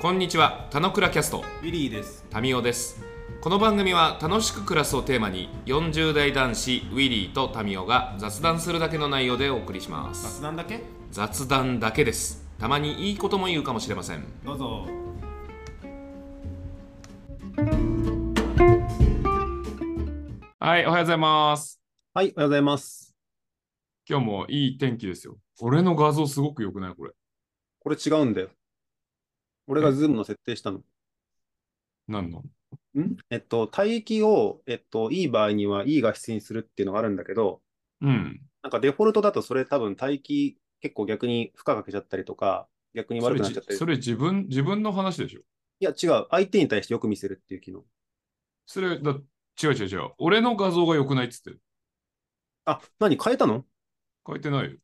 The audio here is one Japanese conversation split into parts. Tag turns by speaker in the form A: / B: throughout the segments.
A: こんにちは、たのくらキャスト
B: ウィリーです。
A: タミオです。この番組は楽しく暮らすをテーマに40代男子ウィリーとタミオが雑談するだけの内容でお送りします。
B: 雑談だけ？
A: 雑談だけです。たまにいいことも言うかもしれません。
B: どうぞ。
A: はい、おはようございます。
B: はい、おはようございます。
A: 今日もいい天気ですよ。俺の画像すごく良くない？これ
B: これ違うんだよ。俺がズームの設定したの。
A: 何の？
B: 帯域を、いい場合にはいい画質にするっていうのがあるんだけど、
A: うん。
B: なんかデフォルトだとそれ多分帯域結構逆に負荷かけちゃったりとか、逆に悪くなっちゃったり。
A: それ自分の話でしょ？
B: いや、違う。相手に対してよく見せるっていう機能。
A: それだ、違う。俺の画像が良くないっつってる。
B: あ、何変えたの？
A: 書いてないよ。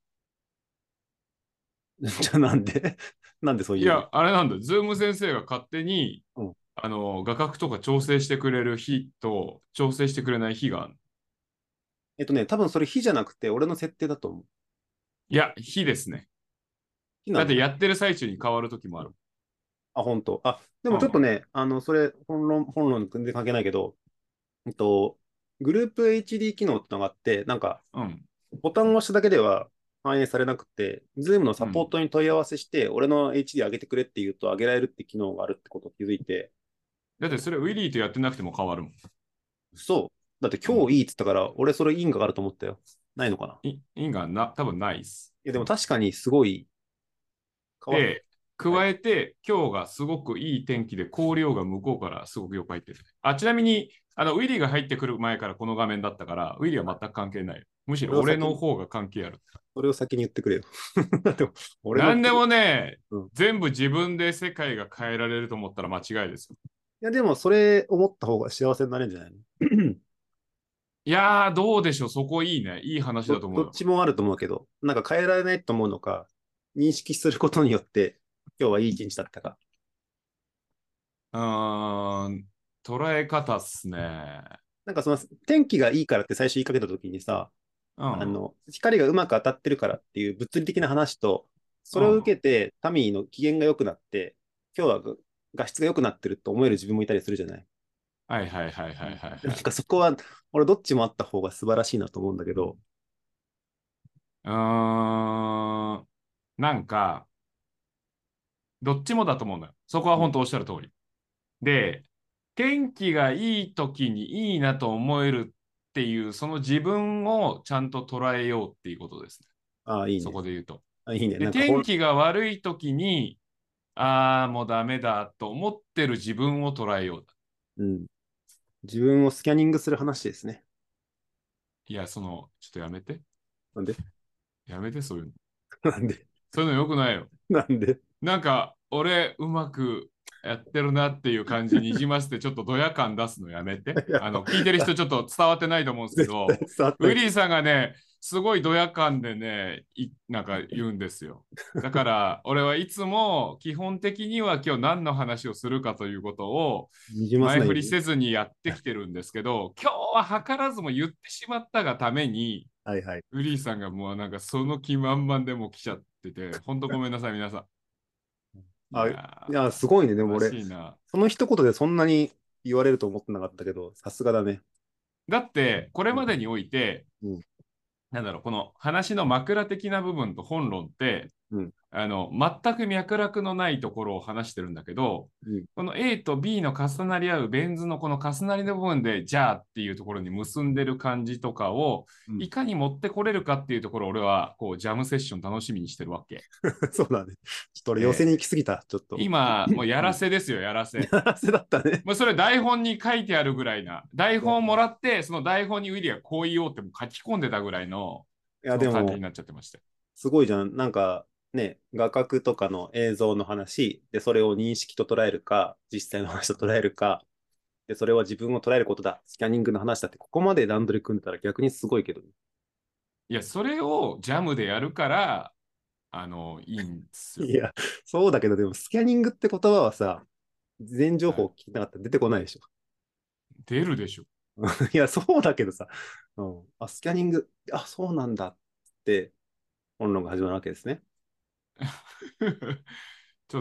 B: じゃあなんでなんでそう言うの？
A: いや、あれなんだ。ズーム先生が勝手に
B: うん。
A: 画角とか調整してくれる日と調整してくれない日がある。
B: 多分それ非じゃなくて俺の設定だと思う。
A: いや、日ですね。だって
B: 非なの？
A: やってる最中に変わる時もある。
B: あ、本当。あ、で
A: うん。
B: もちょっとね、それ、本論全然関係ないけど、えっと、グループ HD 機能ってのがあって、なんか、
A: うん。
B: ボタンを押しただけでは反映されなくて、Zoom のサポー
A: うん。
B: トに問い合わせして、俺の HD 上げてくれって言うと上げられるって機能があるってことを気づいて、
A: だってそれウィリーとやってなくても変わるもん。
B: そう。だって
A: うん。
B: 今日いいっつったから、俺それ因果があると思ったよ。ないのかな？
A: 因が多分ないっす。
B: いや、でも確かにすごい変わっ、
A: で、
B: はい。
A: 加えて今日がすごくいい天気で光量が向こうからすごくよく入ってる。あ、ちなみに、ウィリーが入ってくる前からこの画面だったから、ウィリーは全く関係ないよ。むしろ俺
B: それを先に、
A: の方が関係ある。
B: それを先に言ってくれよ。だって俺の、
A: なんでもね、
B: うん。い
A: 全部自分で世界が変えられると思ったら間違いですよ。
B: や、でもそれ思った方が幸せになれるんじゃないの？
A: いやー、どうでしょう。そこいいね。いい話だと思うよ。
B: どっちもあると思うけど、なんか変えられないと思うのか、認識することによって、今日はいい一日だったか。
A: うーん、捉え方っすね。
B: なんかその天気がいいからって最初言いかけたときにさ、
A: うん、
B: 光がうまく当たってるからっていう物理的な話と、それを
A: うん。
B: 受けてタミーの機嫌が良くなって、今日は画質が良くなってると思える自分もいたりするじゃない。
A: はいはいはいはいはい
B: なん
A: はい。
B: かそこは、俺どっちもあった方が素晴らしいなと思うんだけど、
A: うーん、なんか、どっちもだと思うのよ。そこは
B: うん、
A: 本当おっしゃる通り。で、天気がいい時にいいなと思えるっていう、その自分をちゃんと捉えようっていうことですね。
B: ああ、いい
A: そ
B: ね。
A: こで言うと。
B: あ、いいね。
A: で、
B: なんか
A: 天気が悪い時に、ああ、もうダメだと思ってる自分を捉えよう。
B: うん、自分をスキャニングする話ですね。
A: いや、ちょっとやめて。
B: なんで？
A: やめて、そういうの。
B: なんで？
A: そういうのよくないよ。
B: なんで？
A: なんか、俺、うまくやってるなっていう感じにじませて、ちょっとドヤ感出すのやめて。
B: いや、
A: 聞いてる人ちょっと伝わってないと思うんですけ
B: 絶対
A: ど、
B: 伝わってない。
A: ウィリーさんがね、すごいドヤ感でね、なんか言うんですよ。だから、俺はいつも基本的には今日何の話をするかということを
B: にじませ
A: 前
B: ないように。
A: 振りせずにやってきてるんですけど、今日は図らずも言ってしまったがために、
B: はいはい。
A: ウィリーさんがもうなんかその気満々でもう来ちゃってて、ほんとごめんなさい、皆さん。い
B: あ、い
A: や
B: や、すごいね。で
A: ー、悲
B: も俺、
A: しいな。
B: その一言でそんなに言われると思ってなかったけど、さすがだね。
A: だって、これ
B: うん。
A: までにおいて、
B: うん。
A: なんだろう、この話の枕的な部分と本論って、
B: うん。
A: 全く脈絡のないところを話してるんだけど、
B: うん。
A: この A と B の重なり合うベン図のこの重なりの部分で、じゃあっていうところに結んでる感じとかを、
B: うん。
A: いかに持ってこれるかっていうところを俺は、こう、ジャムセッション楽しみにしてるわけ。
B: そうだね。ちょっと俺寄せ
A: え
B: に行き過ぎた。ちょっと。
A: 今、もうやら
B: うん。
A: せですよ、やらせ。
B: やらせだったね。
A: もうそれ台本に書いてあるぐらいな、台
B: いや、
A: 本をもらって、その台本にウィリーがこう言おうっても書き込んでたぐらいの、その
B: でも、
A: 感じになっちゃってました。
B: すごいじゃん。なんか、ね、画角とかの映像の話で、それを認識と捉えるか、実際の話と捉えるか、で、それは自分を捉えることだ。スキャニングの話だって、ここまで段取り組んでたら逆にすごいけどね。
A: いや、それをジャムでやるから、いいんですよ。
B: いや、そうだけど、でもスキャニングって言葉はさ、事前情報
A: はい。
B: 聞きなかったら出てこないでしょ。
A: 出るでしょ。
B: いや、そうだけどさ、うん、あ、スキャニング、あ、そうなんだって本論が始まるわけですね。
A: ちょ、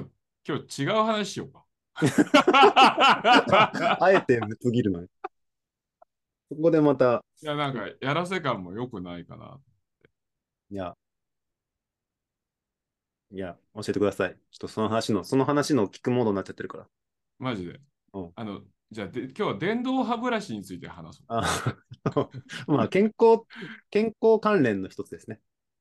A: 今日違う話しようか。
B: あえてぶつ切るのに。そこでまた、
A: いや、なんか、やらせ感も良くないかな。
B: いや、いや、教えてください。ちょっとその話の聞くモードになっちゃってるから。
A: マジで。
B: うん。
A: あの、じゃあ今日は電動歯ブラシについて話そう。
B: あまあ、健康関連の一つですね。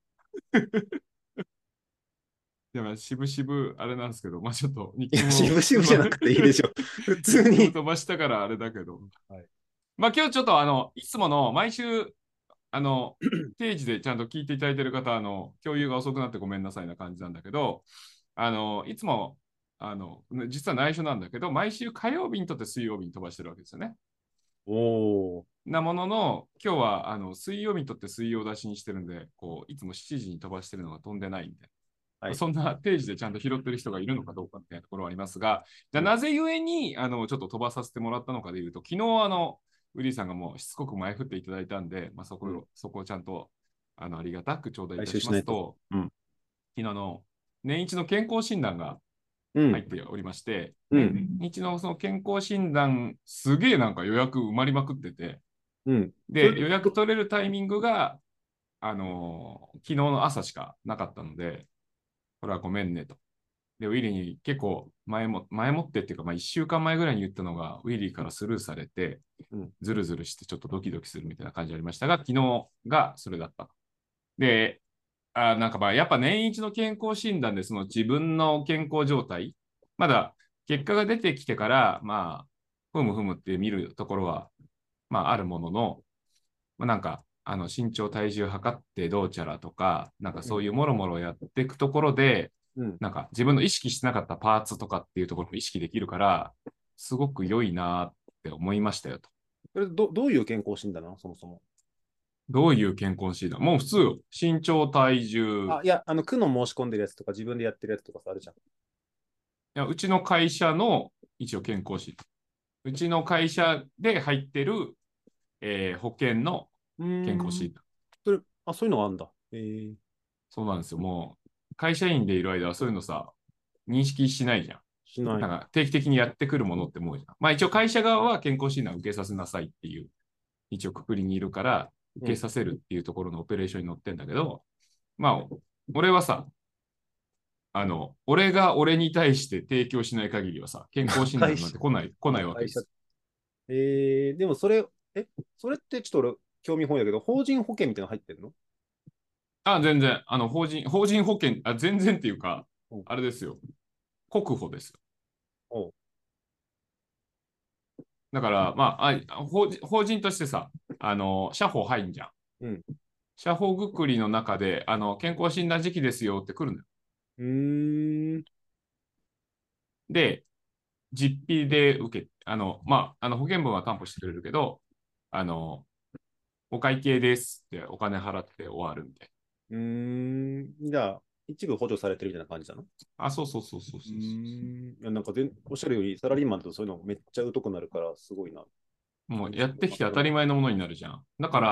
A: でも、しぶしぶあれなんですけど、まあちょっと日
B: いや、
A: 記も
B: 渋々じゃなくていいでしょ。普通に。
A: 日記も飛ばしたからあれだけど。
B: はい。
A: まあ今日ちょっといつもの毎週、あの、定時でちゃんと聞いていただいている方、共有が遅くなってごめんなさいな感じなんだけど、いつも、実は内緒なんだけど、毎週火曜日にとって水曜日に飛ばしてるわけですよね。
B: おー。
A: なものの、今日は水曜日にとって水曜出しにしてるんで、こういつも7時に飛ばしてるのが飛んでないみたいな。
B: はい。
A: そんな定時でちゃんと拾ってる人がいるのかどうかみたいなところはありますが、じゃあ
B: うん。
A: なぜゆえにちょっと飛ばさせてもらったのかでいうと、昨日ウリーさんがもうしつこく前振っていただいたんで、まあ、
B: うん。
A: そこをちゃんとありがたく頂戴い
B: 回
A: たし
B: 収しないと。
A: ますと、
B: うん。
A: 昨日年一の健康診断が
B: うん。
A: 入っておりまして、年
B: うん。
A: 一のその健康診断、すげえなんか予約埋まりまくってて、
B: うん。それ、
A: で、予約取れるタイミングが、昨日の朝しかなかったので、これはごめんねと。で、ウィリーに結構前もってっていうか、まあ、1週間前ぐらいに言ったのが、ウィリーからスルーされて、
B: うん。
A: ずるずるしてちょっとドキドキするみたいな感じありましたが、昨日がそれだった。で、なんかまあ、やっぱ年一の健康診断で、その自分の健康状態、まだ結果が出てきてから、まあ、ふむふむって見るところは、まあ、あるものの、まあ、なんか、身長、体重測ってどうちゃらとか、なんか
B: うん。
A: そういうもろもろやっていくところで、
B: うん。
A: なんか自分の意識してなかったパーツとかっていうところも意識できるから、すごく良いなって思いましたよと。
B: それどういう健康診断なのそもそも。
A: どういう健康診断もう普通よ。身長、体重。い
B: あ、いや、区の申し込んでるやつとか自分でやってるやつとかさ、あるじゃん。
A: や、うちの会社の一応健康診断。うちの会社で入ってる、保険の
B: うーん。
A: 健康診断。
B: そういうのがあるんだ。
A: そうなんですよ。もう、会社員でいる間はそういうのさ、認識しないじゃん。
B: しない。
A: なんか定期的にやってくるものってもうじゃん。まあ一応会社側は健康診断を受けさせなさいっていう、一応くくりにいるから、
B: うん。
A: 受けさせるっていうところのオペレーションに乗ってんだけど、まあ、俺はさ、俺が俺に対して提供しない限りはさ、健康診断なん
B: 会社、
A: て来ないわけ
B: 会社。
A: です。
B: でもそれってちょっと俺、興味本位だけど、法人保険みたいなの入ってるの？
A: 全然、法人保険、全然っていうか、
B: うん。
A: あれですよ。国保ですよ。
B: おう。
A: だから、まあ、法人としてさ、社保入んじゃん。
B: うん。
A: 社保ぐくりの中で、健康診断時期ですよって来るのよ。
B: うーん。
A: で、実費で受け、まあ、保険分は担保してくれるけど、あの、お会計ですってお金払って終わるみたい
B: じゃあ、一部補助されてるみたいな感じだな。
A: な。そうそうそうそうそうそうそ
B: いや、なんかおっしゃるように、サラリーマンだとそういうのめっちゃ疎くなるから、すごいな。
A: う。もう
B: 申し
A: やってきて当た
B: 込ませてもらう。
A: り前のものになるじゃん。だから、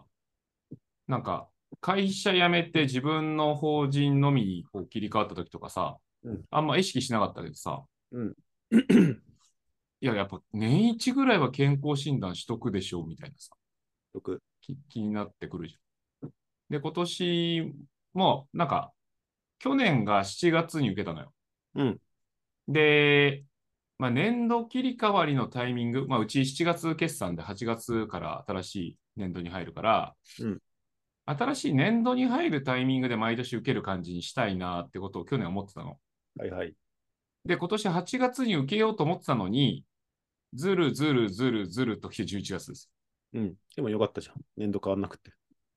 A: なんか、会社辞めて自分の法人のみにこう切り替わった時とかさ、
B: うん。
A: あんま意識しなかったけどさ、
B: うん。
A: いや、やっぱ年一ぐらいは健康診断しとくでしょうみたいなさ、
B: 6。
A: 気になってくるじゃん。で、今年も、なんか、去年が7月に受けたのよ。
B: うん。
A: で、まあ、年度切り替わりのタイミング、まあ、うち7月決算で8月から新しい年度に入るから、
B: うん。
A: 新しい年度に入るタイミングで毎年受ける感じにしたいなってことを去年思ってたの。
B: はいはい。
A: で、今年8月に受けようと思ってたのに、ずるずるずるずると来て11月です。
B: うん。でもよかったじゃん。年度変わんなくて。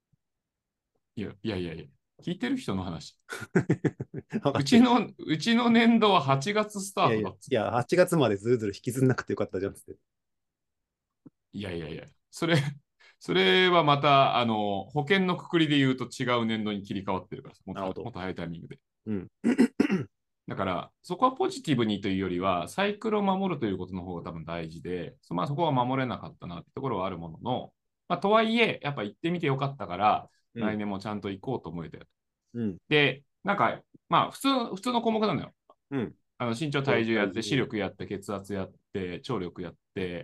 A: いや、聞いてる人の話。
B: 分かってる。
A: うちの年度は8月スタ
B: いやいや、い
A: ートだっつ。
B: や、8月までずるずる引きずんなくてよかったじゃんっつって。
A: いや、それはまた、保険のくくりで言うと違う年度に切り替わってるから、
B: なるほど。
A: もっと早いタイミングで。
B: うん。
A: だから、そこはポジティブにというよりは、サイクルを守るということの方が多分大事で、まあ、そこは守れなかったなってところはあるものの、まあ、とはいえ、やっぱ行ってみてよかったから、
B: うん。
A: 来年もちゃんと行こうと思えたよ。
B: うん。
A: で、なんか、まあ、普通の項目なのよ。
B: うん。
A: 身長、体重やって、視
B: 体重。
A: 力やって、血圧やって、聴力やって、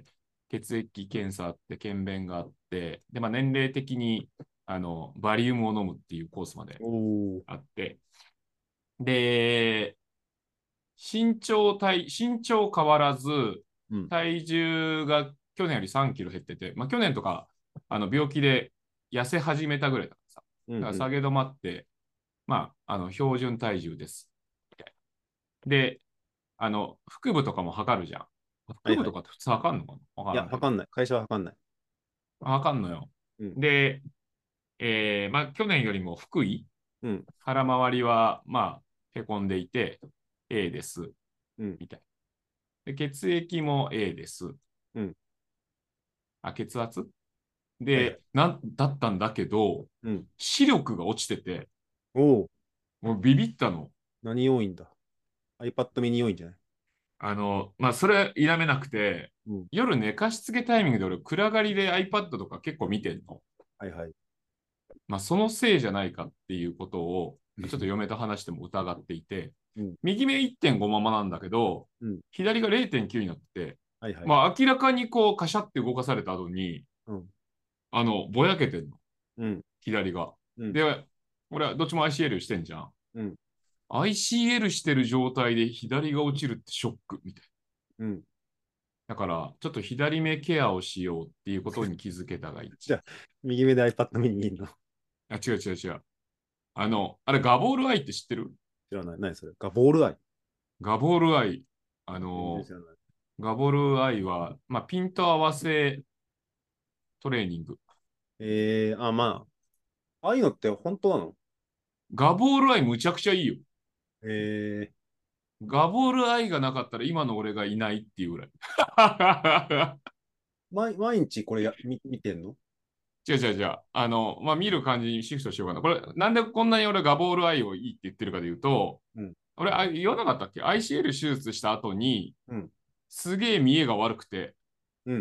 A: 血液検査あって、検便があって、で、まあ、年齢的に、バリウムを飲むっていうコースまで
B: おお。
A: あって、で、身長変わらず、
B: うん。
A: 体重が去年より3キロ減ってて、まあ、去年とか、病気で痩せ始めたぐらいだからさ。
B: うんうん。
A: だから下げ止まって、まあ、標準体重です。で、腹部とかも測るじゃん。
B: はいはい。
A: 腹部とかって普通測るのかなわか
B: いや、
A: らんけど。
B: わかんない。会社はわかんない。
A: 測んのよ。
B: うん。
A: で、まあ、去年よりも腹囲、
B: うん。
A: 腹回りは、まあ、へこんでいて、A です。
B: うん。
A: みたいな。で、血液も A です。
B: うん。
A: 血圧
B: はいはい。
A: で、だったんだけど、
B: うん。
A: 視力が落ちてて、
B: おお。
A: もうビビったの。
B: 何要因だ？ iPad mini 要因じゃない？
A: まあ、それ否めなくて、
B: うん。
A: 夜寝かしつけタイミングで俺、暗がりで iPad とか結構見てんの。
B: はいはい。
A: まあ、そのせいじゃないかっていうことを、ちょっと嫁と話しても疑っていて、
B: うん。
A: 右目1.5ままなんだけど、
B: うん。
A: 左が0.9になってて、
B: はいはい。
A: まあ、明らかにこう、カシャって動かされた後に、
B: うん。
A: ぼやけてんの、
B: うん。
A: 左が。
B: うん。
A: で、俺はどっちも ICL してんじゃん。
B: うん。
A: ICL してる状態で左が落ちるってショックみたい
B: うん。
A: な。だから、ちょっと左目ケアをしようっていうことに気づけたが一。
B: じゃあ、右目で iPad mini 見んの？
A: あ、違う違う違う。あれ、ガボールアイって知ってる？
B: 知らない。何それ？ガボールアイ？
A: ガボールアイ。あの、
B: 全然知らない。
A: ガボールアイは、まあ、ピント合わせトレーニング。
B: まあ、ああいうのって本当なの？
A: ガボールアイむちゃくちゃいいよ。
B: え
A: ガボールアイがなかったら今の俺がいないっていうぐらい。
B: 毎日これ見てんの？
A: 違う違う違う。まあ、見る感じにシフトしようかな。これ、なんでこんなに俺ガボールアイをいいって言ってるかというと、
B: うん。
A: 俺、言わなかったっけ？ ICL 手術した後に、
B: うん。
A: すげえ見栄が悪くて、
B: うん。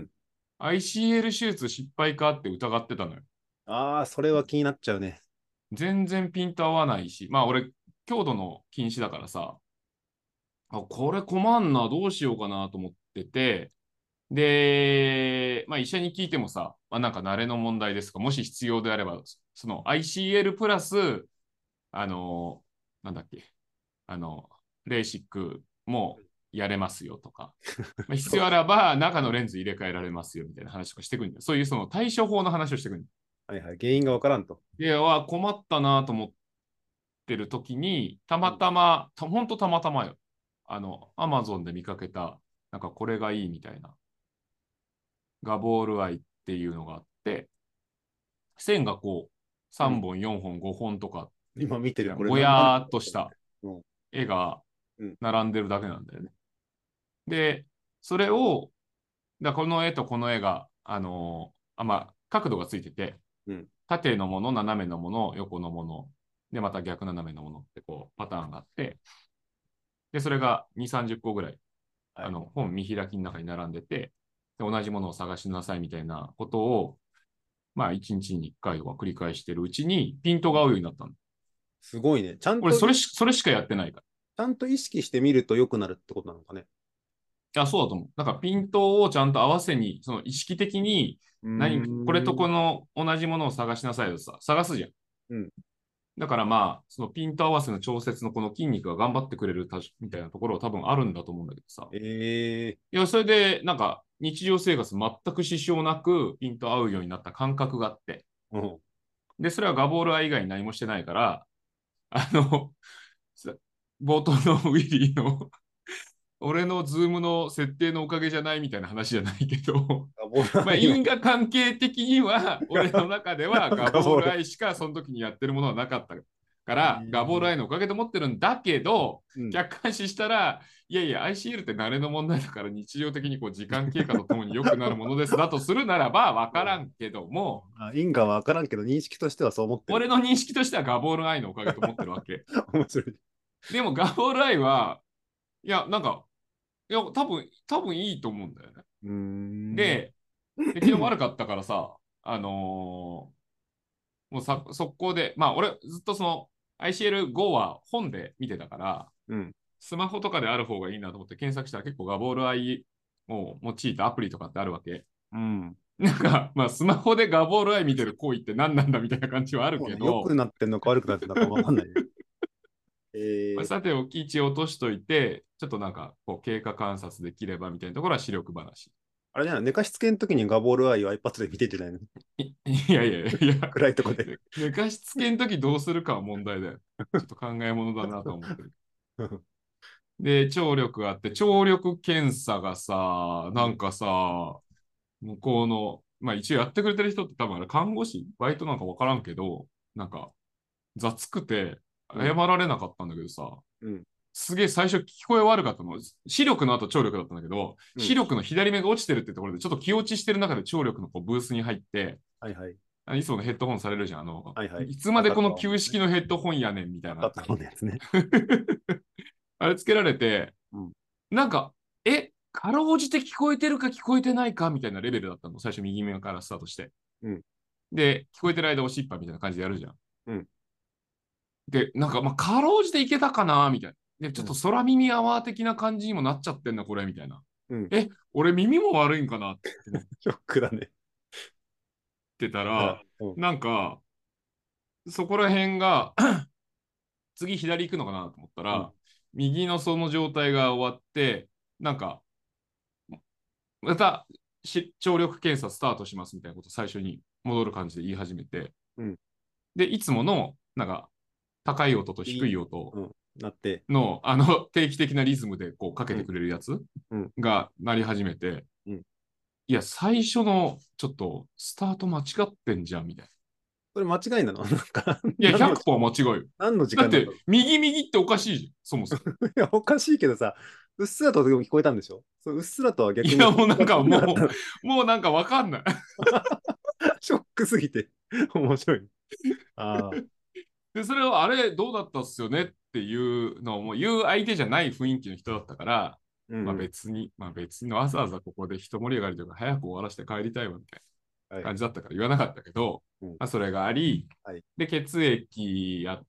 A: ICL 手術失敗かって疑ってたのよ。
B: ああ、それは気になっちゃうね。
A: 全然ピント合わないし、まあ俺、強度の禁止だからさ、これ困んな、どうしようかなと思ってて、で、まあ医者に聞いてもさ、まあなんか慣れの問題ですか、もし必要であれば、その ICL プラス、あの、なんだっけ、あの、レーシックもやれますよとか、まあ、必
B: そう。
A: 要あらば中のレンズ入れ替えられますよみたいな話とかしてくるんだよ。そういうその対処法の話をしてくるんだよ。
B: はいはい。原因がわからんと。
A: で、困ったなと思ってる時に、たま
B: うん。
A: たま、ほんとたまたまよ。アマゾンで見かけた、なんかこれがいいみたいな、ガボールアイっていうのがあって、線がこう、3
B: うん。
A: 本、4本、5本とか、
B: 今見てる。これ
A: ぼ
B: なん
A: やーっとした
B: うん。
A: 絵が
B: うん。
A: 並んでるだけなんだよね。で、それを、この絵とこの絵が、まあ、角度がついてて、
B: うん。
A: 縦のもの、斜めのもの、横のもの、で、また逆斜めのものってこう、パターンがあって、で、それが2、30個ぐらい、
B: はい。
A: 本見開きの中に並んでて、で同じものを探しなさいみたいなことを、まあ、1日に1回は繰り返してるうちに、ピントが合うようになったの。
B: すごいね。
A: 俺、それしかやってないか
B: ちゃんと意識してみると良くなるってことなのかね。
A: ら。そうだと思う。だから、ピントをちゃんと合わせに、その意識的に、
B: うー
A: これとこ
B: ん。
A: の同じものを探しなさいよさ、探すじゃん。
B: うん。
A: だからまあ、そのピント合わせの調節のこの筋肉が頑張ってくれるみたいなところは多分あるんだと思うんだけどさ。
B: ええ
A: いや、それでなんか日常生活全く支障なくピント合うようになった感覚があって。
B: うん。
A: で、それはガボールアイ以外に何もしてないから、あの、冒頭のウィリーの俺のズームの設定のおかげじゃないみたいな話じゃないけど、
B: ガボール
A: まあ、
B: アイは
A: 因果関係的には、俺の中ではガボー
B: ガボール。
A: ルアイしかその時にやってるものはなかったから、ガボールアイ
B: ええ
A: のおかげで持ってるんだけど、
B: うん。
A: 客観視したら、いやいや、ICL って慣れの問題だから日常的にこう時間経過とともに良くなるものですだとするならば分からんけども、
B: 因果は分からんけど、認識としてはそう思ってる。
A: 俺の認識としてはガボールアイのおかげと思ってるわけ。
B: 面白い。
A: でもガボールアイは、いや、なんか、いや、多分いいと思うんだよね。
B: うーん。
A: で、出来の悪かったからさ、もう速攻で、まあ俺ずっとその ICL5 は本で見てたから、
B: うん。
A: スマホとかである方がいいなと思って検索したら結構ガボールアイを用いたアプリとかってあるわけ。
B: うん。
A: なんか、まあ、スマホでガボールアイ見てる行為って何なんだみたいな感じはある
B: そうね。良
A: けど、
B: くなってんのか悪くなってんのかわかんないね。
A: まあ、さておき一応落としといて、ちょっとなんかこう経過観察できればみたいなところは視力話。
B: あれじゃない、寝かしつけの時にガボールアイを iPad で見てんじゃないの？
A: いやいやいや、
B: 暗いとこで。
A: 寝かしつけの時どうするかは問題だよ。ちょっと考えものだなと思ってる。で、聴力があって、聴力検査がさ、なんかさ、向こうの、まあ一応やってくれてる人って多分あれ看護師、バイトなんかわからんけど、なんか雑くて
B: うん。
A: 謝られなかったんだけどさ、
B: うん。
A: すげえ最初聞こえ悪かったの。視力の後聴力だったんだけど、
B: うん。
A: 視力の左目が落ちてるってところでちょっと気落ちしてる中で聴力のこうブースに入って、
B: はいはい。
A: いつものヘッドホンされるじゃん。
B: はいはい。
A: いつまでこの
B: 赤と青のね。
A: 旧式のヘッドホンやねんみたいな。
B: 赤と青のやつね。
A: あれつけられて、
B: うん。
A: なんか、かろうじて聞こえてるか聞こえてないかみたいなレベルだったの。最初右目からスタートして。
B: うん。
A: で、聞こえてる間押しっぱみたいな感じでやるじゃん。
B: うん。
A: で、なんか、まあ、かろうじていけたかなみたいな。で、ちょっと
B: うん。
A: 空耳アワー的な感じにもなっちゃってんな、これ、みたいな。
B: うん。
A: 俺耳も悪いんかなって思っ
B: ショックだね。
A: てた
B: あ、
A: ら、
B: うん。
A: なんか、そこら辺が次左行くのかなと思った
B: うん。
A: ら、右のその状態が終わって、なんか、また聴力検査スタートしますみたいなことを最初に戻る感じで言い始めて、
B: うん。
A: で、いつもの、なんか、高い音と低い音
B: うん。なって。
A: の、定期的なリズムでこうかけて
B: うん。
A: くれるやつ
B: うん。
A: が鳴り始めて、
B: うん。
A: いや、最初のちょっとスタート間違ってんじゃんみたいな。
B: それ間違いなの？なんか、
A: いや、100%間違いよ。
B: 何の時
A: だって、
B: 間だったの？い
A: 右っておかしいじゃん、そもそも。
B: や、おかしいけどさ、うっすらとでも聞こえたんでしょ？そう、うっすらとは逆に
A: いや、もうなんか
B: 聞こえなかったの。
A: もうなんかわかんない。
B: ショックすぎて面白い。ああ。
A: で、それをあれどうだったっすよねっていうのをもう言う相手じゃない雰囲気の人だったから、まあ
B: うんうん。
A: 別にわざわざここで一盛り上がりとか早く終わらせて帰りたいわみたい
B: はい。
A: な感じだったから言わなかったけど、
B: うん。
A: まあ、それがあり、
B: はい。
A: で、血液やって、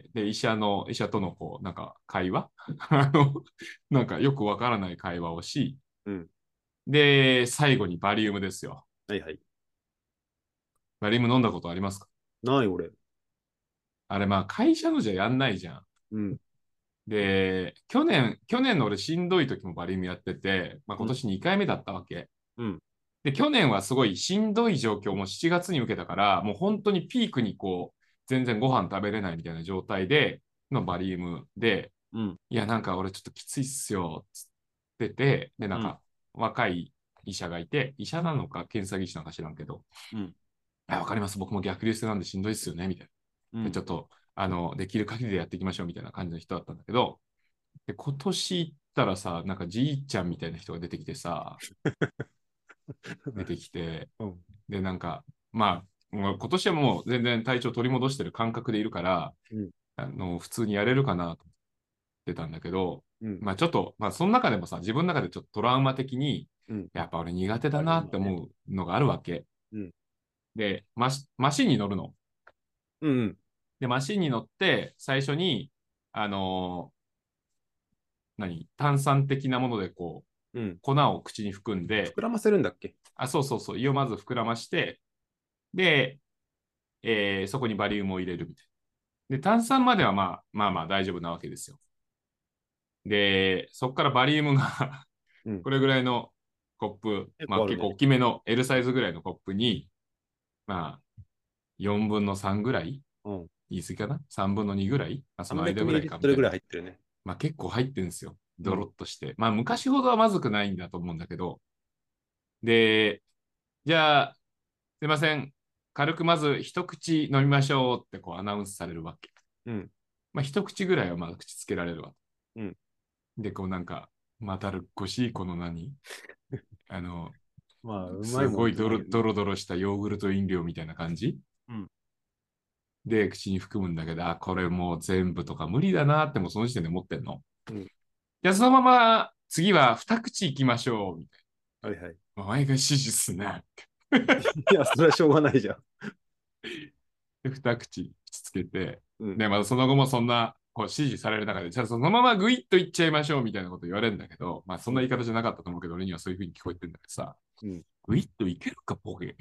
A: で、医者とのこう、なんか会話なんかよくわからない会話をし、
B: うん。
A: で、最後にバリウムですよ。
B: はいはい。
A: バリウム飲んだことありますか？
B: ない俺。
A: あれまあ会社のじゃやんないじゃん。
B: うん。
A: で、去年の俺しんどい時もバリウムやってて、まあ、
B: うん。
A: 今年2回目だったわけ。
B: うん。
A: で、去年はすごいしんどい状況も7月に受けたから、もう本当にピークにこう、全然ご飯食べれないみたいな状態でのバリウムで、
B: うん。
A: いや、なんか俺ちょっときついっすよ、つってて、で、な
B: うん。
A: んか若い医者がいて、医者なのか検査技師なのか知らんけど、
B: うん。
A: わかります、僕も逆流性なんでしんどいっすよね、みたいな。で、
B: うん。
A: ちょっと、できる限りでやっていきましょう、みたいな感じの人だったんだけど、で、今年行ったらさ、なんかじいちゃんみたいな人が出てきてさ、出てきて、
B: うん。
A: で、なんか、まもう今年はもう全然体調取り戻してる感覚でいるから、
B: うん。
A: 普通にやれるかなと思ってたんだけど、
B: うん。
A: まあちょっと、まあその中でもさ、自分の中でちょっとトラウマ的に、
B: うん。
A: やっぱ俺苦手だ
B: バリウ
A: なっ
B: ムはね。
A: て思うのがあるわけ。
B: うん。
A: で、マシンに乗るの。
B: うん。
A: で、マシンに乗って、最初に、あの炭酸的なものでこう、
B: うん。
A: 粉を口に含んで、
B: 膨らませるんだっけ？
A: そうそうそう、胃をまず膨らまして、で、そこにバリウムを入れるみたいな。で、炭酸まではまあ大丈夫なわけですよ。で、そこからバリウムが
B: うん。
A: これぐらいのコップ、まあ結構
B: 結構あるね。
A: 大きめの L サイズぐらいのコップに、まあ4分の3ぐらい、
B: うん。
A: 言い過ぎかな？ 3 分の2ぐらい、まあ、その間ぐらいかみた
B: 300ml ぐらい
A: いな。
B: 入ってるね。
A: まあ結構入ってるんですよ。ドロ
B: うん。
A: ッとして。まあ昔ほどはまずくないんだと思うんだけど、で、じゃあ、すいません。軽くまず一口飲みましょうってこうアナウンスされるわけ。
B: うん。
A: まあ一口ぐらいはまだ口つけられるわ。
B: うん。
A: で、こうなんか、またるっこしいこのあの、
B: まあ、うまいもん
A: すごい
B: じゃないよね。
A: ドロドロしたヨーグルト飲料みたいな感じ
B: うん。
A: で口に含むんだけど、これもう全部とか無理だなってもうその時点で思ってんの。
B: うん。
A: じゃあそのまま次は二口いきましょうみたい
B: はいはい。
A: な。お前が指示すな。
B: いや、それはしょうがないじゃん。
A: で、二口つけて、
B: うん。
A: で、まだその後もそんなこう指示される中で、じゃあそのままグイッといっちゃいましょうみたいなこと言われるんだけど、まあそんな言い方じゃなかったと思うけど、俺にはそういうふうに聞こえてるんだけどさ、
B: うん。
A: グイッといけるか、ボケ。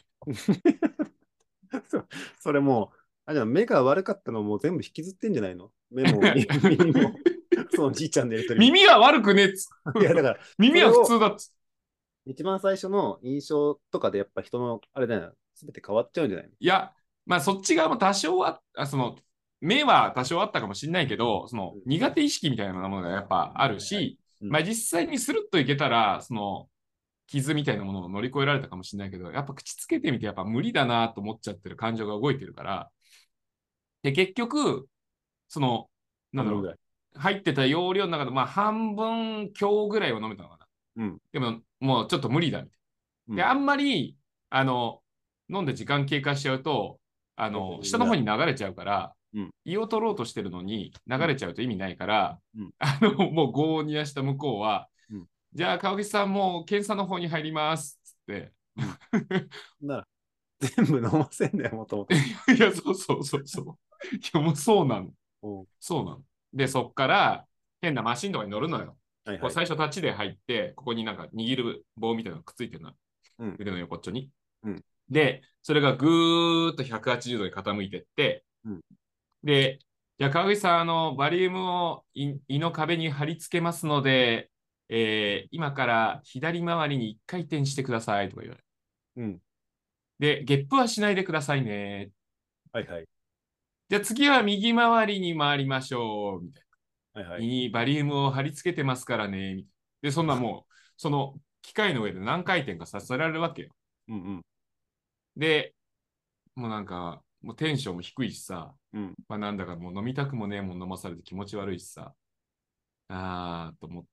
B: そそれもう、あ、じゃあ目が悪かったのも全部引きずってんじゃないの？目も耳も、そのじいちゃんのやりとりも。
A: 耳は悪くねっつ。
B: いや、だから、そ
A: 耳は普
B: れを
A: 通だっつ。
B: 一番最初の印象とかでやっぱ人の、あれだよ、すべて変わっちゃうんじゃないの？
A: いや、まあそっち側も多少は、目は多少あったかもしれないけど、その
B: うん。
A: 苦手意識みたいなものがやっぱある
B: はいはい。
A: し、
B: うん。
A: まあ実際にスルッといけたら、傷みたいなものを乗り越えられたかもしれないけど、やっぱ口つけてみてやっぱ無理だなと思っちゃってる感情が動いてるから、で、結局、その、なんだろ
B: 半分ぐらい。
A: う、入ってた容量の中で、まあ半分強ぐらいは飲めたのかな。
B: うん。
A: でも、もうちょっと無理だみたいな。で、
B: うん。
A: あんまり、あの、飲んで時間経過しちゃうと、下の方に流れちゃうから、
B: うん。
A: 胃を取ろうとしてるのに流
B: うん。
A: れちゃうと意味ないから、
B: うん。
A: もう業を煮やした向こうは、
B: うん。
A: じゃあ、川口さんもう検査の方に入ります。つって、
B: うん。なら、全部飲ませんだよ、もともと。
A: いや、そうそうそうそう。いや、もうそうなの。
B: おう。
A: そうなの。で、そっから変なマシンとかに乗るのよ。こう
B: はいはい。
A: 最初タッチで入って、ここになんか握る棒みたいなのがくっついてるの。
B: うん。
A: 腕の横っちょに。
B: うん。
A: で、それがぐーっと180度に傾いてって、
B: うん。
A: で、じゃあ川口さん、バリウムを胃の壁に貼り付けますので、今から左回りに1回転してくださいとか言われる。
B: うん。
A: で、ゲップはしないでくださいね。
B: はいはい。
A: じゃあ次は右回りに回りましょう。みたい
B: はいはい。
A: な。胃にバリウムを貼り付けてますからね。みたいな。で、そんなもう、その機械の上で何回転かさせられるわけよ。
B: うんうん。
A: で、もうなんか、もうテンションも低いしさ、
B: うん。
A: まあなんだかもう飲みたくもねえもん飲まされて気持ち悪いしさ、と思って、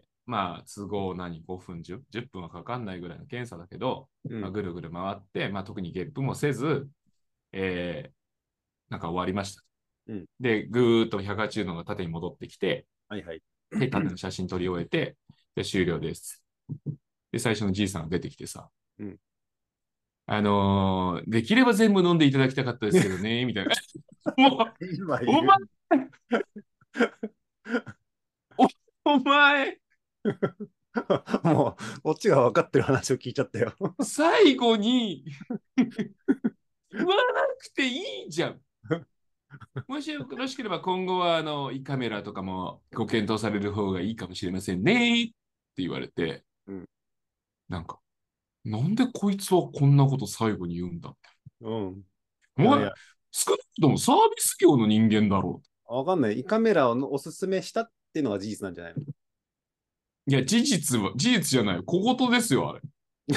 A: まあ都合5分、10分はかかんないぐらいの検査だけど、まあ、
B: うん。
A: ぐるぐる回って、まあ特にゲップもせず、えー、なんか終わりました。
B: うん。
A: で、ぐーっと180度の縦に戻ってきて、
B: はいはい。
A: で、縦の写真撮り終えて、で、終了です。で、最初のじいさんが出てきてさ、
B: うん。
A: できれば全部飲んでいただきたかったですけどね、みたいな。もう、
B: 今
A: お前、
B: 言う。
A: お、お前、
B: もう、こっちが分かってる話を聞いちゃったよ。
A: 最後に言わなくていいじゃん。もしよろしければ今後は胃カメラとかもご検討される方がいいかもしれませんねって言われて、
B: うん。
A: なんか、なんでこいつはこんなこと最後に言うんだ。
B: うん。い
A: お前、
B: やいや、
A: 少なくともサービス業の人間だろ
B: わかんない。胃カメラをおすすめしたっていうのが事実なんじゃないの？
A: う。いや、事実じゃない。小言ですよ、あれ。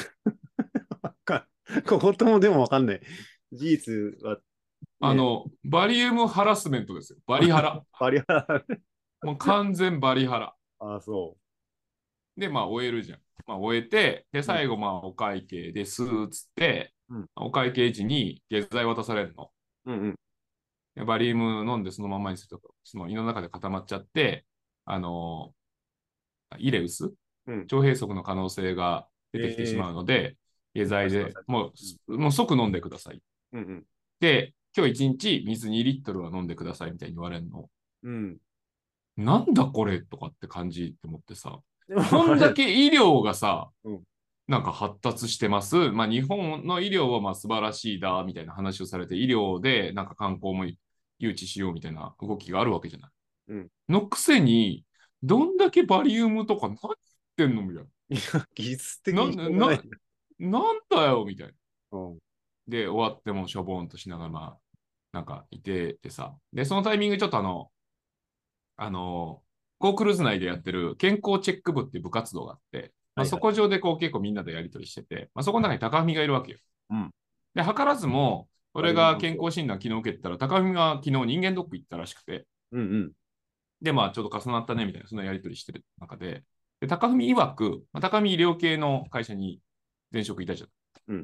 B: ここともでもわかんない。事実はね、
A: バリウムハラスメントですよ。バリハラ。
B: バリアラ。
A: もう完全バリハラ。
B: ああ、そ
A: で、まあ、終えるじゃん。まあ、終えて、で、
B: う。うん。
A: 最後、まあ、お会計ですっつって、
B: うん。
A: お会計時に下剤渡されるの。
B: うんうん。
A: でバリウム飲んでそのままにすると、その胃の中で固まっちゃって、あの、イレウス
B: うん。
A: 腸閉塞の可能性が出てきてしまう
B: え
A: ので、下剤で
B: 出してください。
A: もう即飲んでください。
B: うんうん
A: で、今日1日水2リットルは飲んでくださいみたいに言われるの。
B: うん。うん。
A: なんだこれとかって感じって思ってさ、
B: でも
A: こんだ
B: あれ、
A: け医療がさ、
B: うん。
A: なんか発達してます。まあ日本の医療はまあ素晴らしいだみたいな話をされて、医療でなんか観光も誘致しようみたいな動きがあるわけじゃない。
B: うん。
A: のくせに、どんだけバリウムとか何言ってんのみたい
B: いや、技術的
A: な。
B: にしょうがない。
A: なんだよみたいな。
B: うん。
A: で、終わってもしょぼんとしながら、まあ、なんかいててさ。で、そのタイミングちょっとあの、航空ルーズ内でやってる健康チェック部っていう部活動があって、まあ、
B: はいはい。
A: そこ上でこう結構みんなでやり取りしてて、まあ、そこの中に高文がいるわけよ。
B: うん。
A: で、図らずも、
B: バリウム
A: 俺が
B: 担当。
A: 健康診断昨日受けてたら、高文が昨日人間ドック行ったらしくて、
B: うんうん。
A: で、まあ、ちょうど重なったねみたいな、そんなやり取りしてる中で、で高文曰く、まあ、高文医療系の会社に前職いたじゃん。
B: うん。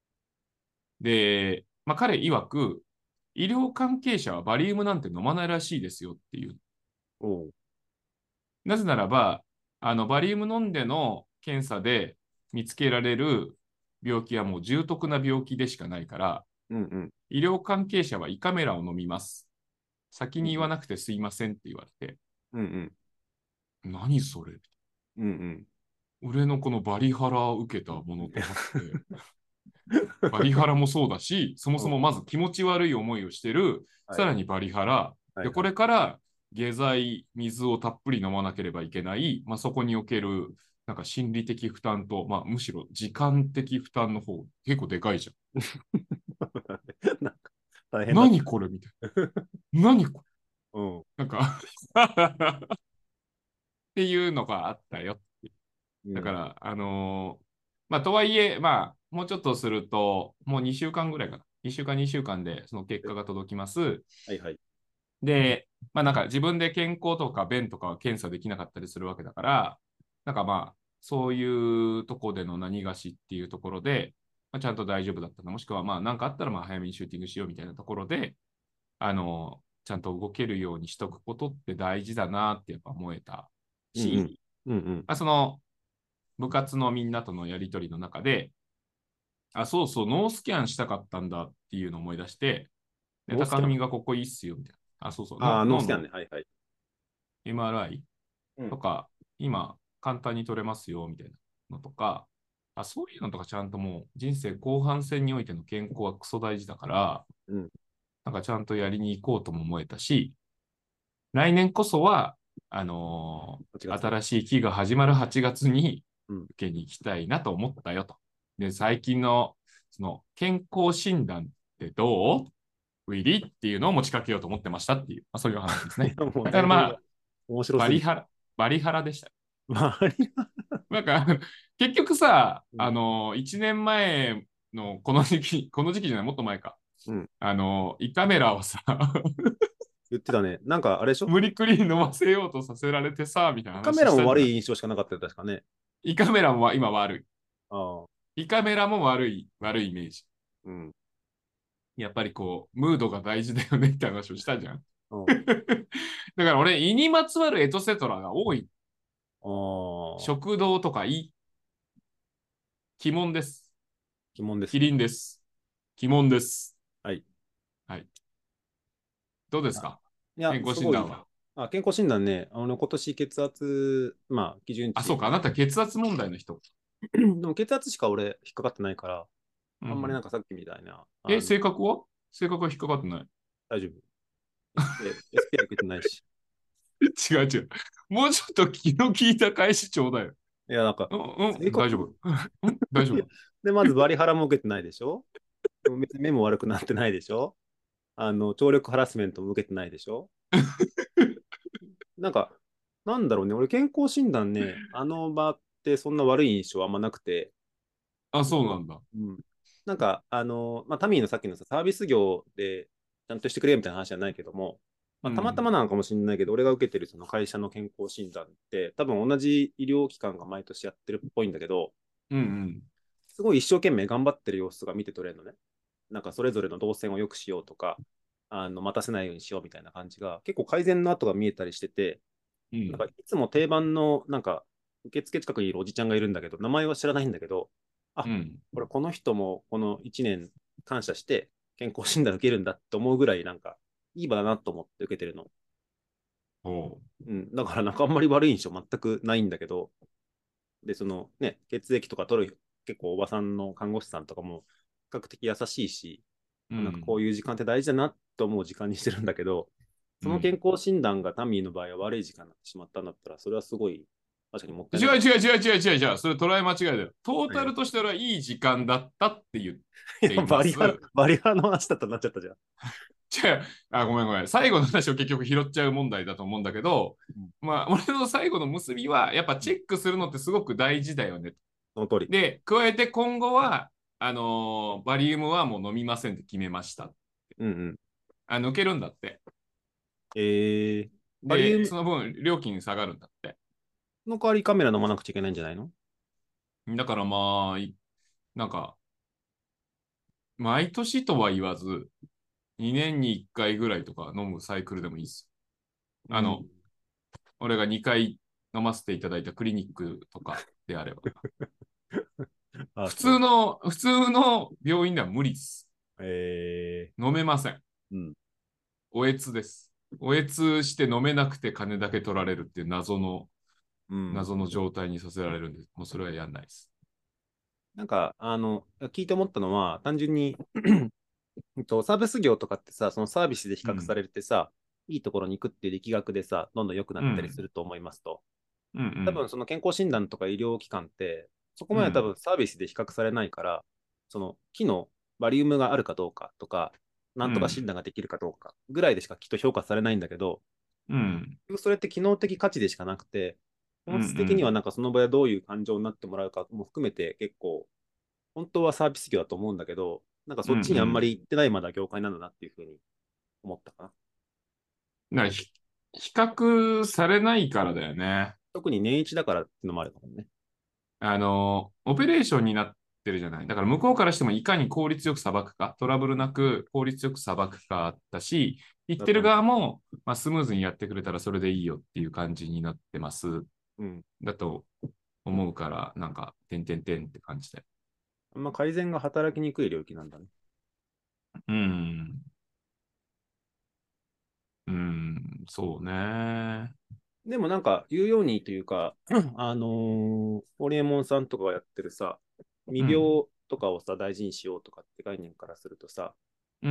A: で、まあ、彼曰く、医療関係者はバリウムなんて飲まないらしいですよっていう。
B: おう。
A: なぜならば、バリウム飲んでの検査で見つけられる病気はもう重篤な病気でしかないから、
B: うんうん。
A: 医療関係者は胃カメラを飲みます。 先に言わなくてすいませんって言われて、
B: うんうん。
A: 何それ、
B: うんうん。
A: 俺のこのバリハラを受けたものと思って、バリハラもそうだし、そも
B: うん。
A: そもまず気持ち悪い思いをしてる、
B: はい。
A: さらにバリハラ、で、こ
B: はいはい。
A: れから下剤、水をたっぷり飲まなければいけない、まあ、そこにおけるなんか心理的負担と、まあ、むしろ時間的負担の方、結構でかいじゃん。
B: なんか大変だった。
A: 何これみたいな。何こ
B: うん。
A: れなんかっていうのがあったよ。
B: うん。
A: だから、まあ、とはいえ、まあ、もうちょっとすると、もう2週間ぐらいかな。1週間、2週間でその結果が届きます。
B: はいはい。
A: で、まあなんか自分で健康とか便とかは検査できなかったりするわけだから、なんかまあ、そういうとこでの何がしっていうところで、まあ、ちゃんと大丈夫だったの。もしくはまあなんかあったらまあ早めにシューティングしようみたいなところで、ちゃんと動けるようにしとくことって大事だなってやっぱ思えたし、
B: うんうん。うんうん。
A: まあ、その部活のみんなとのやりとりの中で、あ、そうそう、ノースキャンしたかったんだっていうのを思い出して、で、高
B: ノースキャン。
A: 文がここいいっすよ、みたいな。あ、そうそう、
B: ああー、ノー
A: 脳の
B: スキャンね。はいはい。
A: MRI
B: うん。
A: とか、今、簡単に取れますよ、みたいなのとか、あ、そういうのとかちゃんともう人生後半戦においての健康はクソ大事だから、
B: うん。
A: なんかちゃんとやりに行こうとも思えたし、来年こそは、
B: 8月。
A: 新しい期が始まる8月に
B: うん。
A: 受けに行きたいなと思ったよと。で、最近のその健康診断ってどうウィリっていうのを持ちかけようと思ってましたっていう、まあ、そういう話です
B: い
A: ね。
B: や、もう前提が
A: だからまあ、
B: 面白すぎて。
A: バリハラ、バリハラでした。
B: 周りが、
A: なんか、結局さ、
B: うん。
A: 1年前のこの時期、この時期じゃない、もっと前か。
B: うん。
A: 胃カメラをさ、
B: 言ってたね。なんかあれでしょ？
A: 無理くり飲ませようとさせられてさ、みたいな
B: カメラも
A: 話したじゃん。
B: 悪い印象しかなかったよ、確かね。
A: 胃カメラも今悪
B: ああ。
A: い。胃カメラも悪いイメージ。
B: うん。
A: やっぱりこう、ムードが大事だよねって話をしたじゃん。
B: うん。
A: だから俺、胃にまつわるエトセトラが多い。
B: ああ。
A: 食道とか胃、鬼門です。キ
B: 疑問ですね。
A: リンです。鬼門です。
B: はい。
A: はい。どうです
B: あ、
A: か
B: いや、
A: 健康
B: すごい。
A: 診断は。
B: 健康診断ね、今年血圧、基準
A: あ、そう
B: 値。
A: か。あなた血圧問題の人。
B: でも血圧しか俺引っかかってないから、あんまりなん
A: うん。
B: かさっきみたいな、
A: 性格は性格は引っかかってない。
B: 大丈夫。SPI 受けてないし。
A: 違う違う。もうちょっと気の利いた返しちょうだいよ。
B: いや、なんか、
A: 大丈夫。大丈
B: いや、
A: 夫。
B: で、まずバリハラも受けてないでしょ？でも別に目も悪くなってないでしょ？聴力ハラスメントも受けてないでしょ？なんか、なんだろうね、俺健康診断ね、あの場ってそんな悪い印象あんまなくて、
A: あ、
B: なんか、
A: そうなんだ。
B: うん。なんか、タミーのさっきのさ、サービス業でちゃんとしてくれみたいな話じゃないけども、たまた
A: うん。
B: まなのかもしれないけど、俺が受けてるその会社の健康診断って、多分同じ医療機関が毎年やってるっぽいんだけど、
A: うんうん。
B: すごい一生懸命頑張ってる様子が見て取れるのね。なんかそれぞれの動線を良くしようとか、待たせないようにしようみたいな感じが、結構改善の跡が見えたりしてて、なんかいつも定番の、なんか、受付近くにいるおじちゃんがいるんだけど、名前は知らないんだけど、あ、
A: うん。
B: これこの人もこの1年感謝して健康診断受けるんだって思うぐらい、なんか、いい場だなと思って受けてるの。
A: おう。
B: うん、だからなんかあんまり悪い印象全くないんだけど、で、そのね、血液とか取る結構おばさんの看護師さんとかも比較的優しいし、なんかこ
A: うん。
B: ういう時間って大事だなと思う時間にしてるんだけど、その
A: うん。
B: 健康診断がタミーの場合は悪い時間になってしまったんだったら、それはすごい確かにもったいないこと。
A: それ捉え間違いだよ。トータルと
B: い
A: してはいい時間だったって言って
B: や、
A: います。
B: バリハラの話だったらなっちゃったじゃん。
A: 違う。あ、ごめんごめん。最後の話を結局拾っちゃう問題だと思うんだけど、
B: うん、
A: まあ、俺の最後の結びは、やっぱチェックするのってすごく大事だよね。
B: その通り。
A: で、加えて今後は、バリウムはもう飲みませんって決めました。
B: うんうん。
A: 抜けるんだって。
B: バリウ
A: で、
B: ム
A: その分、料金下がるんだって。
B: の代わりカメラ飲まなくちゃいけないんじゃないの？
A: だからまあ、なんか、毎年とは言わず、2年に1回ぐらいとか飲むサイクルでもいいです。
B: うん。
A: 俺が2回飲ませていただいたクリニックとかであれば。
B: あ、そう。
A: 普通の病院では無理です。
B: え
A: 飲めません。
B: うん。
A: おえつです。 おえつして飲めなくて金だけ取られるっていう
B: うん。
A: 謎の状態にさせられるんです。もうそれはやんないです。
B: なんか、聞いて思ったのは、単純にサービス業とかってさ、そのサービスで比
A: うん。
B: 較されてさ、いいところに行くっていう力学でさ、どんどん良くなったりす
A: うん。
B: ると思いますと。
A: うん。
B: 多分その健康診断とか医療機関って、そこまで多
A: うん。
B: 分サービスで比較されないから、その木のバリウムがあるかどうかとか、なんとか診
A: うん。
B: 断ができるかどうかぐらいでしかきっと評価されないんだけど、
A: うん。
B: それって機能的価値でしかなくて、
A: うん。う
B: 本質的には
A: ん。
B: なんかその場でどういう感情になってもらうかも含めて結構、本当はサービス業だと思うんだけど、なんか
A: うん。う
B: そっちにあんまり
A: ん。
B: 行ってないまだ業界なんだなっていうふうに思ったかな。
A: だから比較されないからだよね。
B: 特に年一だからっていうのもあるかもね。
A: オペレーションになってるじゃない。だから向こうからしてもいかに効率よく裁くか、トラブルなく効率よく裁くかあったし、言ってる
B: だと思
A: 側も、まあ、スムーズにやってくれたらそれでいいよっていう感じになってます。
B: う。うん。
A: だと思うから、なんか、てんてんてんって感じで。
B: あんま改善が働きにくい領域なんだね。
A: うん。うん。そうね。
B: でもなんか言うようにというか、ホリエモンさんとかがやってるさ、未
A: うん。
B: 病とかをさ、大事にしようとかって概念からするとさ、
A: うん。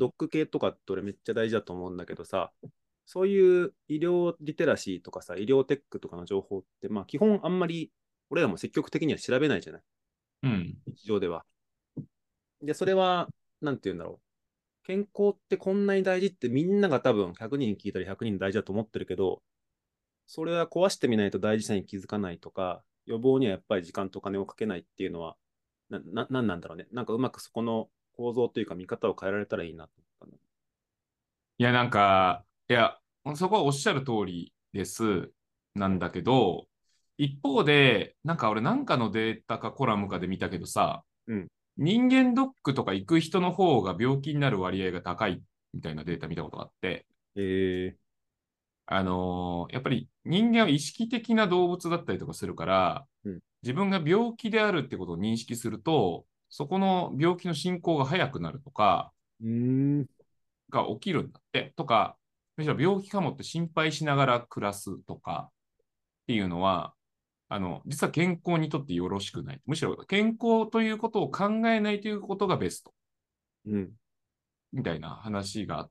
B: ドック系とかって俺めっちゃ大事だと思うんだけどさ、そういう医療リテラシーとかさ、医療テックとかの情報って、まあ基本あんまり俺らも積極的には調べないじゃない、
A: うん。
B: 日常では。で、それは、なんて言うんだろう。健康ってこんなに大事ってみんなが多分100人聞いたら100人大事だと思ってるけど、それは壊してみないと大事さに気づかないとか、予防にはやっぱり時間とお金をかけないっていうのは、なんなんだろうね。なんかうまくそこの構造というか見方を変えられたらいいなと思った
A: いや、なんか、いや、そこはおっしゃる通りです。なんだけど、一方で、なんか俺なんかのデータかコラムかで見たけどさ、
B: の。うん。
A: 人間ドックとか行く人の方が病気になる割合が高いみたいなデータ見たことがあって、
B: え
A: やっぱり人間は意識的な動物だったりとかするから、
B: うん。
A: 自分が病気であるってことを認識すると、そこの病気の進行が早くなるとか、
B: うーん。
A: が起きるんだって、とか、むしろ病気かもって心配しながら暮らすとかっていうのは、実は健康にとってよろしくない。むしろ健康ということを考えないということがベスト。
B: うん。
A: みたいな話があって、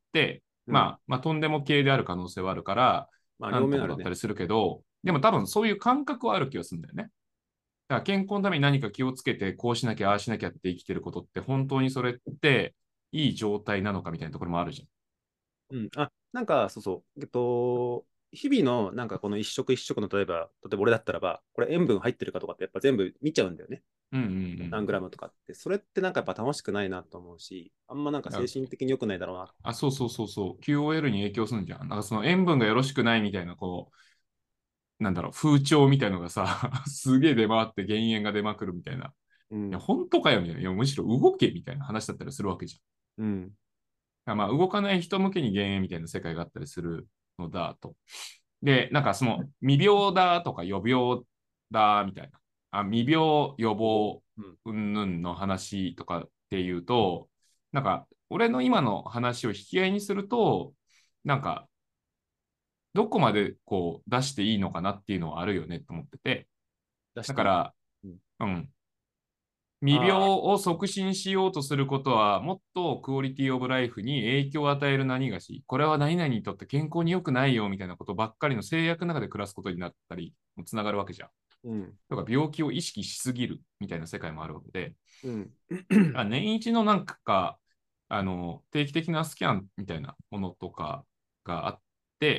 B: うん。
A: とんでも系である可能性はあるから、
B: まあ、
A: なんと
B: 両面あるね。
A: もだったりするけど、でも多分そういう感覚はある気がするんだよね。だから健康のために何か気をつけて、こうしなきゃ、ああしなきゃって生きてることって、本当にそれっていい状態なのかみたいなところもあるじ
B: うん。あ、なんか、そうそう。日々の、なんかこの一食一食の、例えば俺だったらば、これ塩分入ってるかとかってやっぱ全部見ちゃうんだよね。
A: ゃん。うんうん
B: 何グラムとかって。それってなんかやっぱ楽しくないなと思うし、あんまなんか
A: うん。
B: 精神的に良くないだろうな。
A: そうそうそうそう。QOL に影響するんじゃん。なんかその塩分がよろしくないみたいな、こう、なんだろう、風潮みたいのがさ、すげえ出回って減塩が出まくるみたいな。いや、
B: うん。
A: 本当かよみたいな。いや、むしろ動けみたいな話だったりするわけじ
B: うん。
A: ゃん。まあ、動かない人向けに減塩みたいな世界があったりするのだと。で、なんかその未病だとか予病だみたいな。未病予
B: 予防。
A: 防
B: うん。
A: 云々の話とかっていうと、なんか俺の今の話を引き合いにすると、なんかどこまでこう出していいのかなっていうのはあるよねと思ってて。
B: 出していい。
A: だから、
B: うん。
A: うん、未病
B: ああ、
A: を促進しようとすることは、もっとクオリティオブライフに影響を与える何がし、これは何々にとって健康に良くないよみたいなことばっかりの制約の中で暮らすことになったり、つながるわけじゃん。
B: うん。
A: とか病気を意識しすぎるみたいな世界もあるわけで、
B: うん。
A: 年一のなんか、定期的なスキャンみたいなものとかがあって、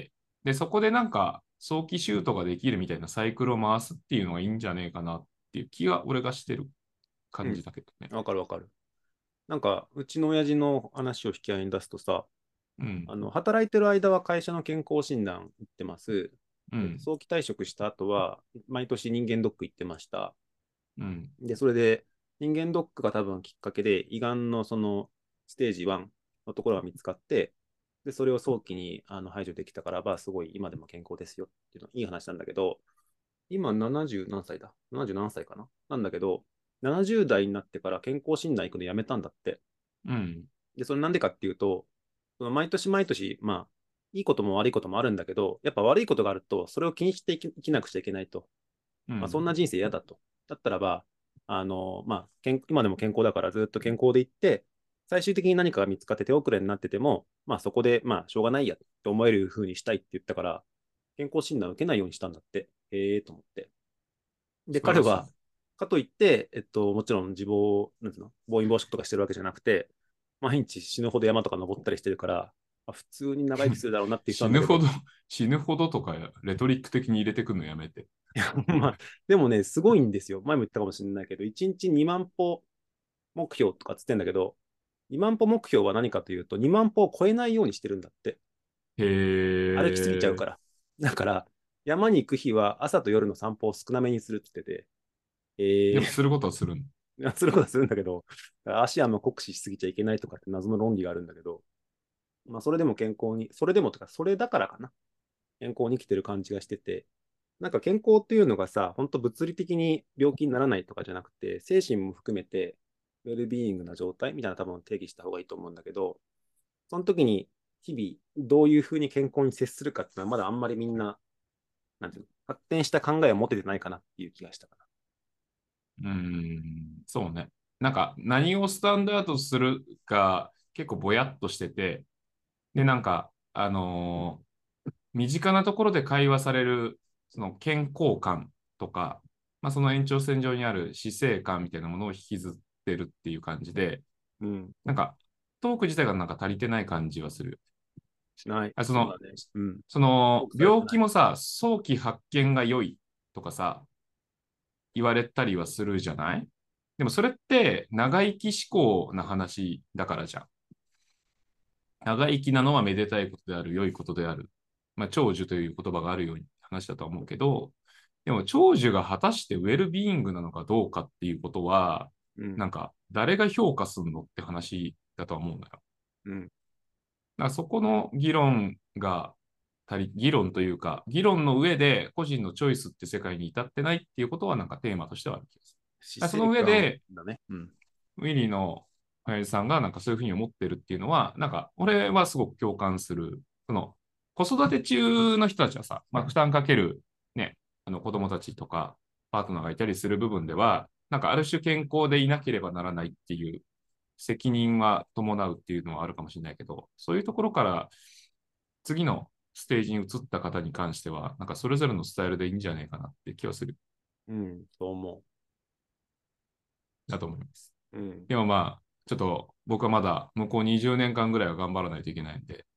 A: で、そこでなんか、早期シュートができるみたいなサイクルを回すっていうのがいいんじゃねえかなっていう気は俺がしてる感じ
B: うん。
A: だけどね。
B: わかるわかる。なんか、うちの親父の話を引き合いに出すとさ、
A: うん。
B: 働いてる間は会社の健康診断行ってます。で、
A: うん。
B: 早期退職した後は、毎年人間ドック行ってました。
A: うん。
B: で、それで、人間ドックが多分きっかけで、胃がんのそのステージ1のところが見つかって、で、それを早期に排除できたからば、すごい今でも健康ですよっていうのいい話なんだけど、今70何歳だ？ 70 何歳かななんだけど、70代になってから健康診断行くのやめたんだって。
A: うん。
B: で、それなんでかっていうと、その毎年毎年、まあ、 いいことも悪いこともあるんだけど、やっぱ悪いことがあると、それを気にして生きなくちゃいけないと。そんな人生嫌だと。だったらば、今でも健康だからずっと健康でいって、最終的に何かが見つかって手遅れになってても、そこで、しょうがないやって思える風にしたいって言ったから、健康診断を受けないようにしたんだって。へえと思って。で、彼は、かといって、もちろんなんていうの、暴飲暴食とかしてるわけじゃなくて、毎日死ぬほど山とか登ったりしてるから、普通に長生きするだろうなっていう人なんだけど。
A: 死ぬほどとかレトリック的に入れてくるのやめて。
B: でもね、すごいんですよ。前も言ったかもしれないけど、1日2万歩目標とかつってんだけど、2万歩目標は何かというと、2万歩を超えないようにしてるんだって。
A: へ
B: 歩きすぎちゃうから。だから、山に行く日は朝と夜の散歩を少なめにするって言ってて、
A: でもすることはする
B: のすることはするんだけど、足酷使しすぎちゃいけないとかって謎の論理があるんだけど、それでも健康に、それでもとか、それだからかな。健康に生きてる感じがしてて、なんか健康っていうのがさ、本当物理的に病気にならないとかじゃなくて、精神も含めて、ウェルビーイングな状態みたいな多分定義した方がいいと思うんだけど、その時に日々どういうふうに健康に接するかっていうのはまだあんまりみんな、なんていうの、発展した考えを持ててないかなっていう気がしたか
A: な。そうね。なんか何をスタンダードするか結構ぼやっとしてて、で、なんか、身近なところで会話されるその健康観とか、その延長線上にある死生観みたいなものを引きずってるっていう感じで、なんかトーク自体がなんか足りてない感じはする。
B: しない。
A: その病気もさ、早期発見が良いとかさ、言われたりはするじゃない？でもそれって長生き志向な話だからじゃん。長生きなのはめでたいことである、良いことである。長寿という言葉があるように話だとは思うけど、でも長寿が果たしてウェルビーイングなのかどうかっていうことは、なんか誰が評価するのって話だとは思うんだよ。だからそこの議論が議論というか、議論の上で個人のチョイスって世界に至ってないっていうことはなんかテーマとしてはある気がする。その上で、ウィリーの林さんがなんかそういうふうに思ってるっていうのは、なんか俺はすごく共感する。その子育て中の人たちはさ、負担かけるね、子供たちとかパートナーがいたりする部分では、なんかある種健康でいなければならないっていう責任は伴うっていうのはあるかもしれないけど、そういうところから次のステージに移った方に関しては、なんかそれぞれのスタイルでいいんじゃないかなって気はする。
B: そう思う。
A: だと思います。でもちょっと僕はまだ向こう20年間ぐらいは頑張らないといけないんで、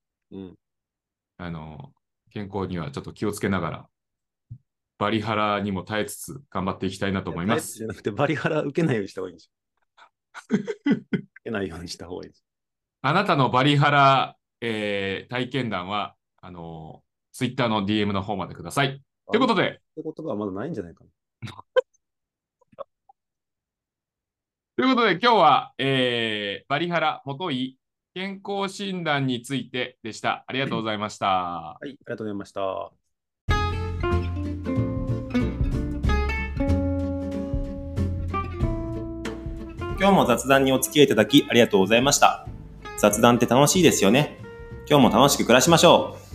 A: 健康にはちょっと気をつけながら、バリハラにも耐えつつ頑張っていきたいなと思います。
B: じゃなくて、バリハラ受けないようにした方がいいんですよ。受けないようにした方がいいです。
A: あなたのバリハラ、体験談は、ツイッターの DM の方までください。ということで。
B: って言葉はまだないんじゃないかな。
A: ということで、今日は、バリハラ、もとい健康診断についてでした。ありがとうございました。
B: はい、ありがとうございました。
C: 今日も雑談にお付き合いいただきありがとうございました。雑談って楽しいですよね。今日も楽しく暮らしましょう。